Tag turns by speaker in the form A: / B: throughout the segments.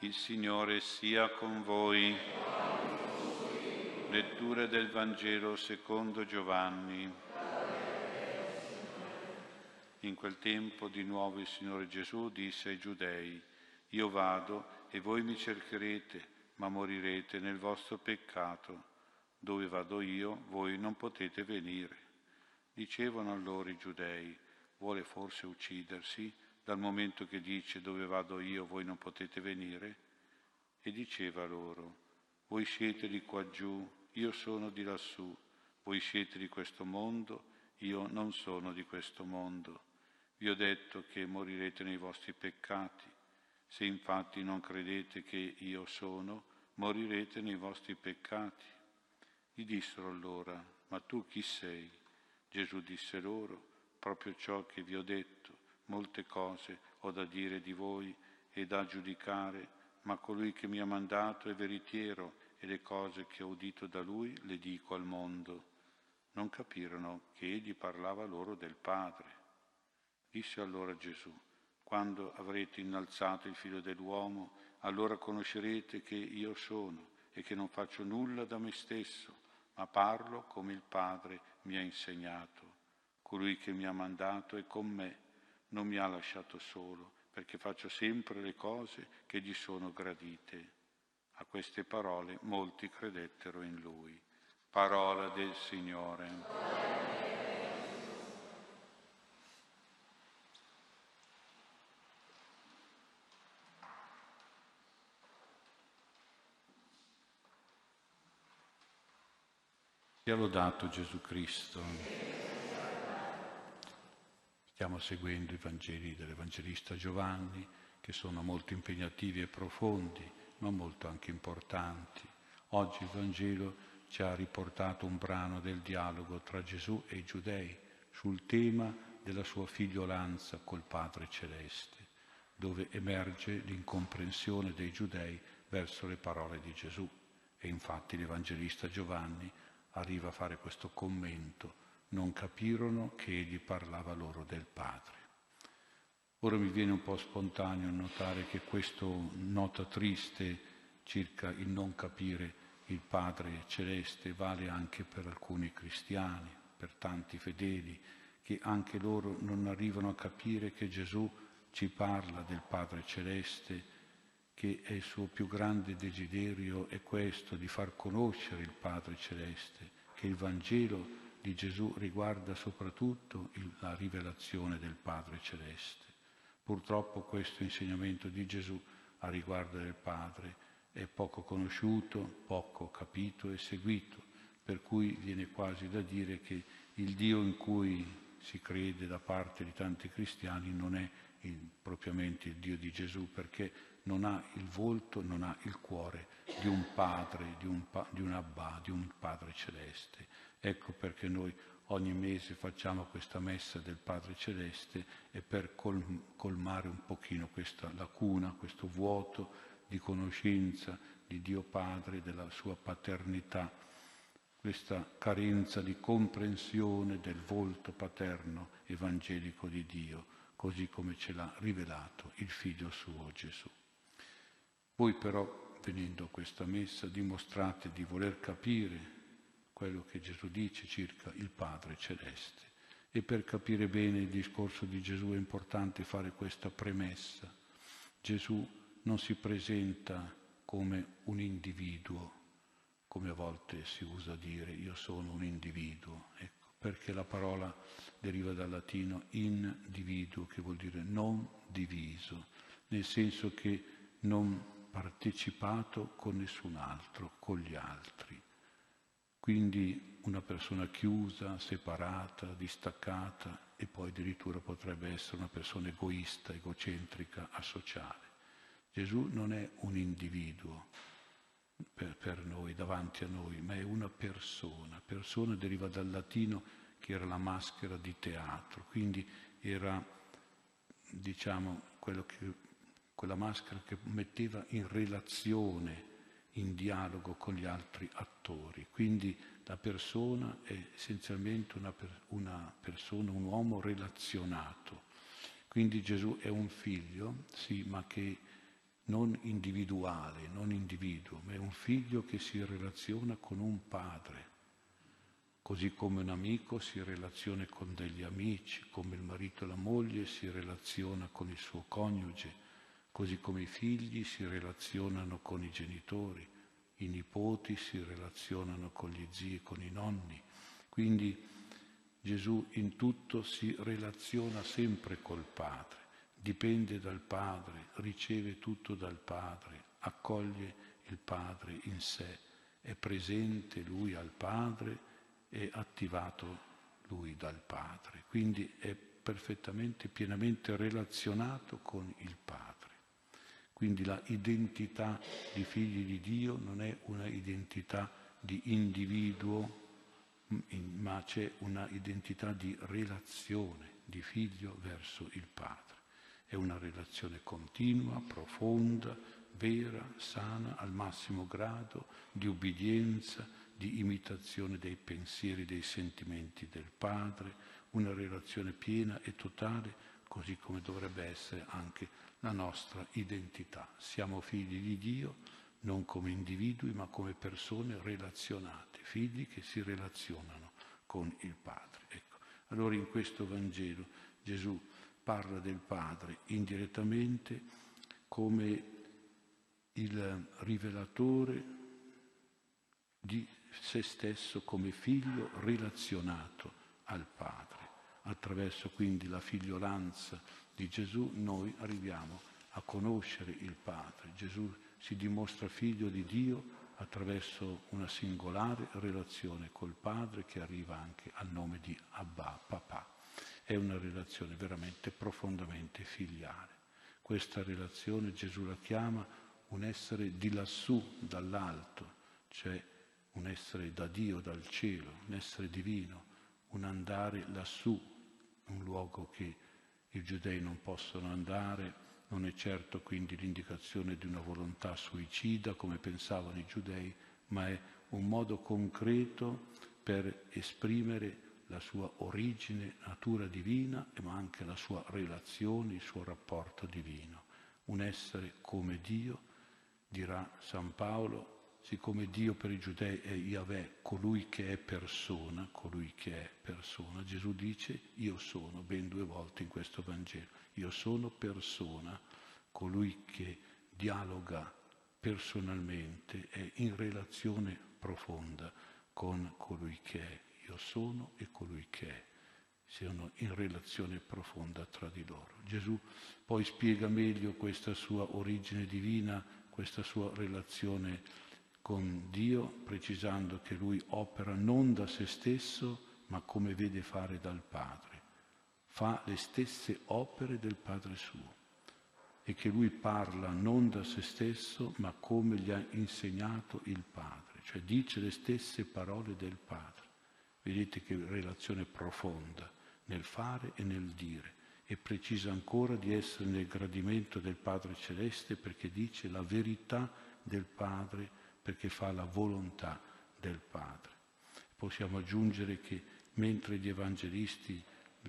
A: Il Signore sia con voi. Lettura del Vangelo secondo Giovanni. In quel tempo di nuovo il Signore Gesù disse ai Giudei: Io vado e voi mi cercherete, ma morirete nel vostro peccato. Dove vado io, voi non potete venire. Dicevano allora i Giudei: Vuole forse uccidersi, dal momento che dice: Dove vado io, voi non potete venire? E diceva loro: Voi siete di qua giù, io sono di lassù. Voi siete di questo mondo, io non sono di questo mondo. Vi ho detto che morirete nei vostri peccati. Se infatti non credete che io sono, morirete nei vostri peccati. Gli dissero allora: Ma tu chi sei? Gesù disse loro: Proprio ciò che vi ho detto. Molte cose ho da dire di voi e da giudicare, ma colui che mi ha mandato è veritiero e le cose che ho udito da lui le dico al mondo. Non capirono che egli parlava loro del Padre. Disse allora Gesù: Quando avrete innalzato il Figlio dell'uomo, allora conoscerete che io sono e che non faccio nulla da me stesso, ma parlo come il Padre mi ha insegnato. Colui che mi ha mandato è con me, non mi ha lasciato solo, perché faccio sempre le cose che gli sono gradite. A queste parole molti credettero in lui. Parola del Signore. Sia lodato Gesù Cristo. Stiamo seguendo i Vangeli dell'Evangelista Giovanni, che sono molto impegnativi e profondi, ma molto anche importanti. Oggi il Vangelo ci ha riportato un brano del dialogo tra Gesù e i Giudei sul tema della sua figliolanza col Padre Celeste, dove emerge l'incomprensione dei Giudei verso le parole di Gesù. E infatti l'Evangelista Giovanni arriva a fare questo commento: non capirono che egli parlava loro del Padre. Ora mi viene un po' spontaneo notare che questo nota triste circa il non capire il Padre Celeste vale anche per alcuni cristiani, per tanti fedeli, che anche loro non arrivano a capire che Gesù ci parla del Padre Celeste, che è il suo più grande desiderio è questo, di far conoscere il Padre Celeste, che il Vangelo di Gesù riguarda soprattutto la rivelazione del Padre Celeste. Purtroppo questo insegnamento di Gesù a riguardo del Padre è poco conosciuto, poco capito e seguito, per cui viene quasi da dire che il Dio in cui si crede da parte di tanti cristiani non è propriamente il Dio di Gesù, perché non ha il volto, non ha il cuore di un padre, di un Abba, di un Padre Celeste. Ecco perché noi ogni mese facciamo questa messa del Padre Celeste, e per colmare un pochino questa lacuna, questo vuoto di conoscenza di Dio Padre, della sua paternità, questa carenza di comprensione del volto paterno evangelico di Dio, così come ce l'ha rivelato il Figlio suo Gesù. Voi però, venendo a questa messa, dimostrate di voler capire quello che Gesù dice circa il Padre Celeste. E per capire bene il discorso di Gesù è importante fare questa premessa. Gesù non si presenta come un individuo, come a volte si usa dire io sono un individuo, ecco, perché la parola deriva dal latino individuo, che vuol dire non diviso, nel senso che non partecipato con nessun altro, con gli altri. Quindi una persona chiusa, separata, distaccata, e poi addirittura potrebbe essere una persona egoista, egocentrica, asociale. Gesù non è un individuo per noi, davanti a noi, ma è una persona. Persona deriva dal latino, che era la maschera di teatro, quindi era, diciamo, quella maschera che metteva in relazione, in dialogo con gli altri attori. Quindi la persona è essenzialmente una persona, un uomo relazionato. Quindi Gesù è un figlio, sì, ma che non individuale, non individuo, ma è un figlio che si relaziona con un padre, così come un amico si relaziona con degli amici, come il marito e la moglie si relaziona con il suo coniuge, così come i figli si relazionano con i genitori, i nipoti si relazionano con gli zii e con i nonni. Quindi Gesù in tutto si relaziona sempre col Padre, dipende dal Padre, riceve tutto dal Padre, accoglie il Padre in sé, è presente Lui al Padre, è attivato Lui dal Padre, quindi è perfettamente, pienamente relazionato con il Padre. Quindi la identità di figli di Dio non è una identità di individuo, ma c'è una identità di relazione di figlio verso il Padre. È una relazione continua, profonda, vera, sana, al massimo grado di ubbidienza, di imitazione dei pensieri, dei sentimenti del Padre, una relazione piena e totale, così come dovrebbe essere anche la nostra identità. Siamo figli di Dio, non come individui, ma come persone relazionate, figli che si relazionano con il Padre. Ecco. Allora in questo Vangelo Gesù parla del Padre indirettamente come il rivelatore di se stesso come figlio relazionato al Padre. Attraverso quindi la figliolanza di Gesù noi arriviamo a conoscere il Padre. Gesù si dimostra figlio di Dio attraverso una singolare relazione col Padre che arriva anche al nome di Abba, papà. È una relazione veramente profondamente filiale. Questa relazione Gesù la chiama un essere di lassù, dall'alto, cioè un essere da Dio, dal cielo, un essere divino, un andare lassù, un luogo che i giudei non possono andare, non è certo quindi l'indicazione di una volontà suicida come pensavano i giudei, ma è un modo concreto per esprimere la sua origine, natura divina, ma anche la sua relazione, il suo rapporto divino. Un essere come Dio, dirà San Paolo, siccome Dio per i giudei è Yahweh, colui che è persona, Gesù dice io sono, ben 2 volte in questo Vangelo, io sono persona, colui che dialoga personalmente, è in relazione profonda con colui che è, io sono e colui che è, siano in relazione profonda tra di loro. Gesù poi spiega meglio questa sua origine divina, questa sua relazione con Dio, precisando che Lui opera non da se stesso, ma come vede fare dal Padre. Fa le stesse opere del Padre suo e che Lui parla non da se stesso, ma come gli ha insegnato il Padre, cioè dice le stesse parole del Padre. Vedete che relazione profonda nel fare e nel dire, e precisa ancora di essere nel gradimento del Padre Celeste perché dice la verità del Padre, perché fa la volontà del Padre. Possiamo aggiungere che mentre gli evangelisti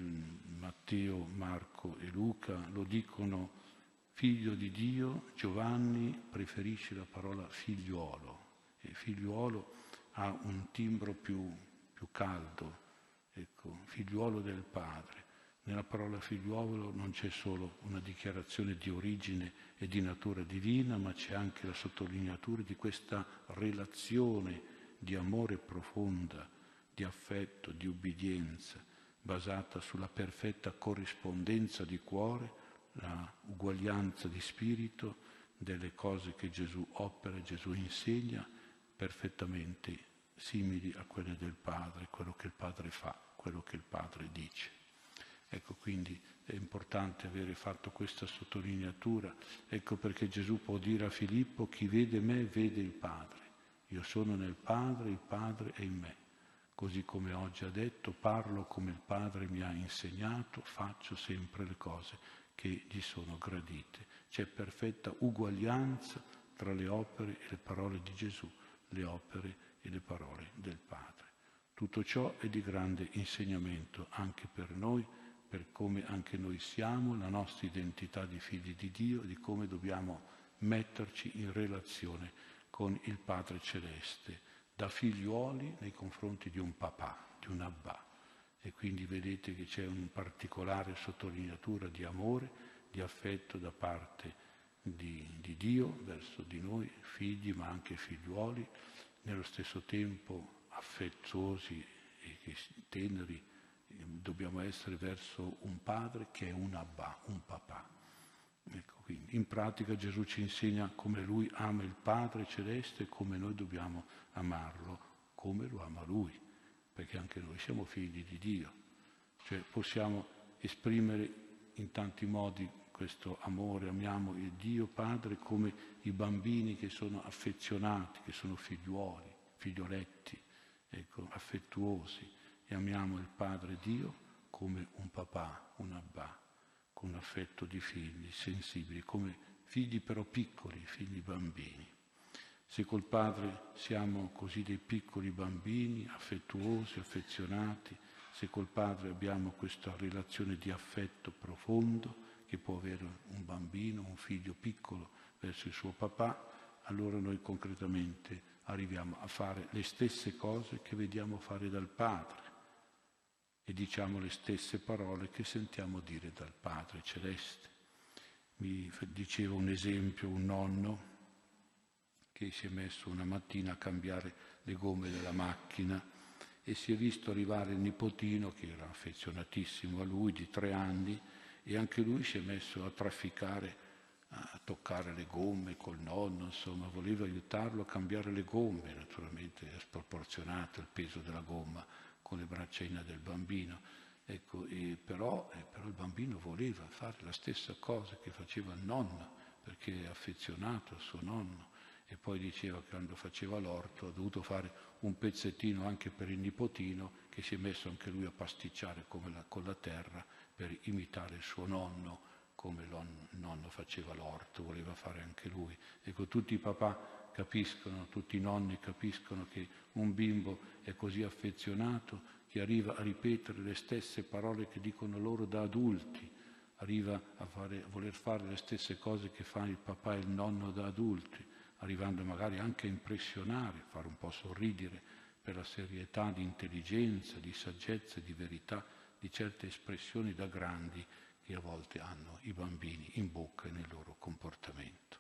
A: Matteo, Marco e Luca lo dicono figlio di Dio, Giovanni preferisce la parola figliuolo, e figliuolo ha un timbro più caldo, ecco, figliuolo del Padre. Nella parola figliuolo non c'è solo una dichiarazione di origine e di natura divina, ma c'è anche la sottolineatura di questa relazione di amore profonda, di affetto, di ubbidienza, basata sulla perfetta corrispondenza di cuore, la uguaglianza di spirito delle cose che Gesù opera, Gesù insegna, perfettamente simili a quelle del Padre, quello che il Padre fa, quello che il Padre dice. Ecco, quindi è importante avere fatto questa sottolineatura. Ecco perché Gesù può dire a Filippo: chi vede me vede il Padre. Io sono nel Padre, il Padre è in me. Così come oggi ha detto, parlo come il Padre mi ha insegnato, faccio sempre le cose che gli sono gradite. C'è perfetta uguaglianza tra le opere e le parole di Gesù, le opere e le parole del Padre. Tutto ciò è di grande insegnamento anche per noi, per come anche noi siamo, la nostra identità di figli di Dio, di come dobbiamo metterci in relazione con il Padre Celeste, da figliuoli nei confronti di un papà, di un Abbà. E quindi vedete che c'è una particolare sottolineatura di amore, di affetto da parte di Dio verso di noi, figli ma anche figliuoli, nello stesso tempo affettuosi e teneri dobbiamo essere verso un padre che è un Abbà, un papà. Ecco, quindi in pratica Gesù ci insegna come Lui ama il Padre Celeste e come noi dobbiamo amarlo, come lo ama Lui, perché anche noi siamo figli di Dio. Cioè possiamo esprimere in tanti modi questo amore, amiamo il Dio Padre come i bambini che sono affezionati, che sono figliuoli, figlioletti, ecco, affettuosi, e amiamo il Padre Dio come un papà, un Abbà, con affetto di figli sensibili, come figli però piccoli, figli bambini. Se col Padre siamo così dei piccoli bambini, affettuosi, affezionati, se col Padre abbiamo questa relazione di affetto profondo che può avere un bambino, un figlio piccolo verso il suo papà, allora noi concretamente arriviamo a fare le stesse cose che vediamo fare dal Padre e diciamo le stesse parole che sentiamo dire dal Padre Celeste. Mi diceva un esempio un nonno che si è messo una mattina a cambiare le gomme della macchina e si è visto arrivare il nipotino che era affezionatissimo a lui, di 3 anni, e anche lui si è messo a trafficare, a toccare le gomme col nonno, insomma, voleva aiutarlo a cambiare le gomme, naturalmente è sproporzionato il peso della gomma con le braccia del bambino. Ecco, però il bambino voleva fare la stessa cosa che faceva il nonno, perché è affezionato al suo nonno. E poi diceva che quando faceva l'orto ha dovuto fare un pezzettino anche per il nipotino, che si è messo anche lui a pasticciare con la terra per imitare il suo nonno, come il nonno faceva l'orto, voleva fare anche lui. Ecco, tutti i papà capiscono, tutti i nonni capiscono che un bimbo è così affezionato che arriva a ripetere le stesse parole che dicono loro da adulti, arriva a voler fare le stesse cose che fa il papà e il nonno da adulti, arrivando magari anche a impressionare, fare un po' sorridere per la serietà di intelligenza, di saggezza, di verità, di certe espressioni da grandi che a volte hanno i bambini in bocca e nel loro comportamento.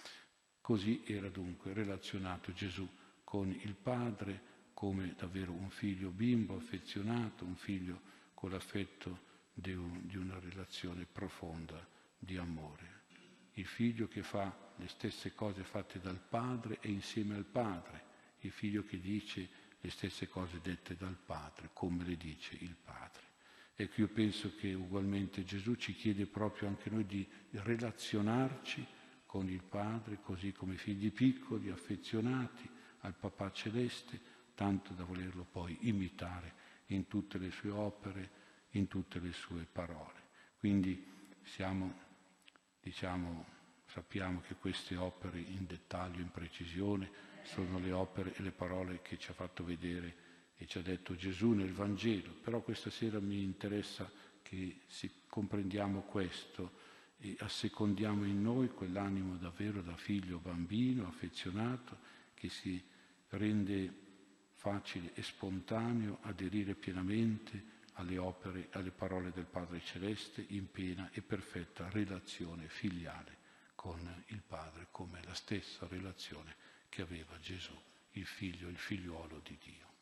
A: Così era dunque relazionato Gesù con il Padre come davvero un figlio bimbo affezionato, un figlio con l'affetto di una relazione profonda di amore. Il figlio che fa le stesse cose fatte dal Padre e insieme al Padre, il figlio che dice le stesse cose dette dal Padre, come le dice il Padre. Ecco, io penso che ugualmente Gesù ci chiede proprio anche noi di relazionarci con il Padre, così come figli piccoli, affezionati al Papà Celeste, tanto da volerlo poi imitare in tutte le sue opere, in tutte le sue parole. Quindi sappiamo che queste opere in dettaglio, in precisione, sono le opere e le parole che ci ha fatto vedere e ci ha detto Gesù nel Vangelo, però questa sera mi interessa che comprendiamo questo e assecondiamo in noi quell'animo davvero da figlio bambino, affezionato, che si rende facile e spontaneo aderire pienamente alle opere, alle parole del Padre Celeste in piena e perfetta relazione filiale con il Padre, come la stessa relazione che aveva Gesù, il Figlio, il figliuolo di Dio.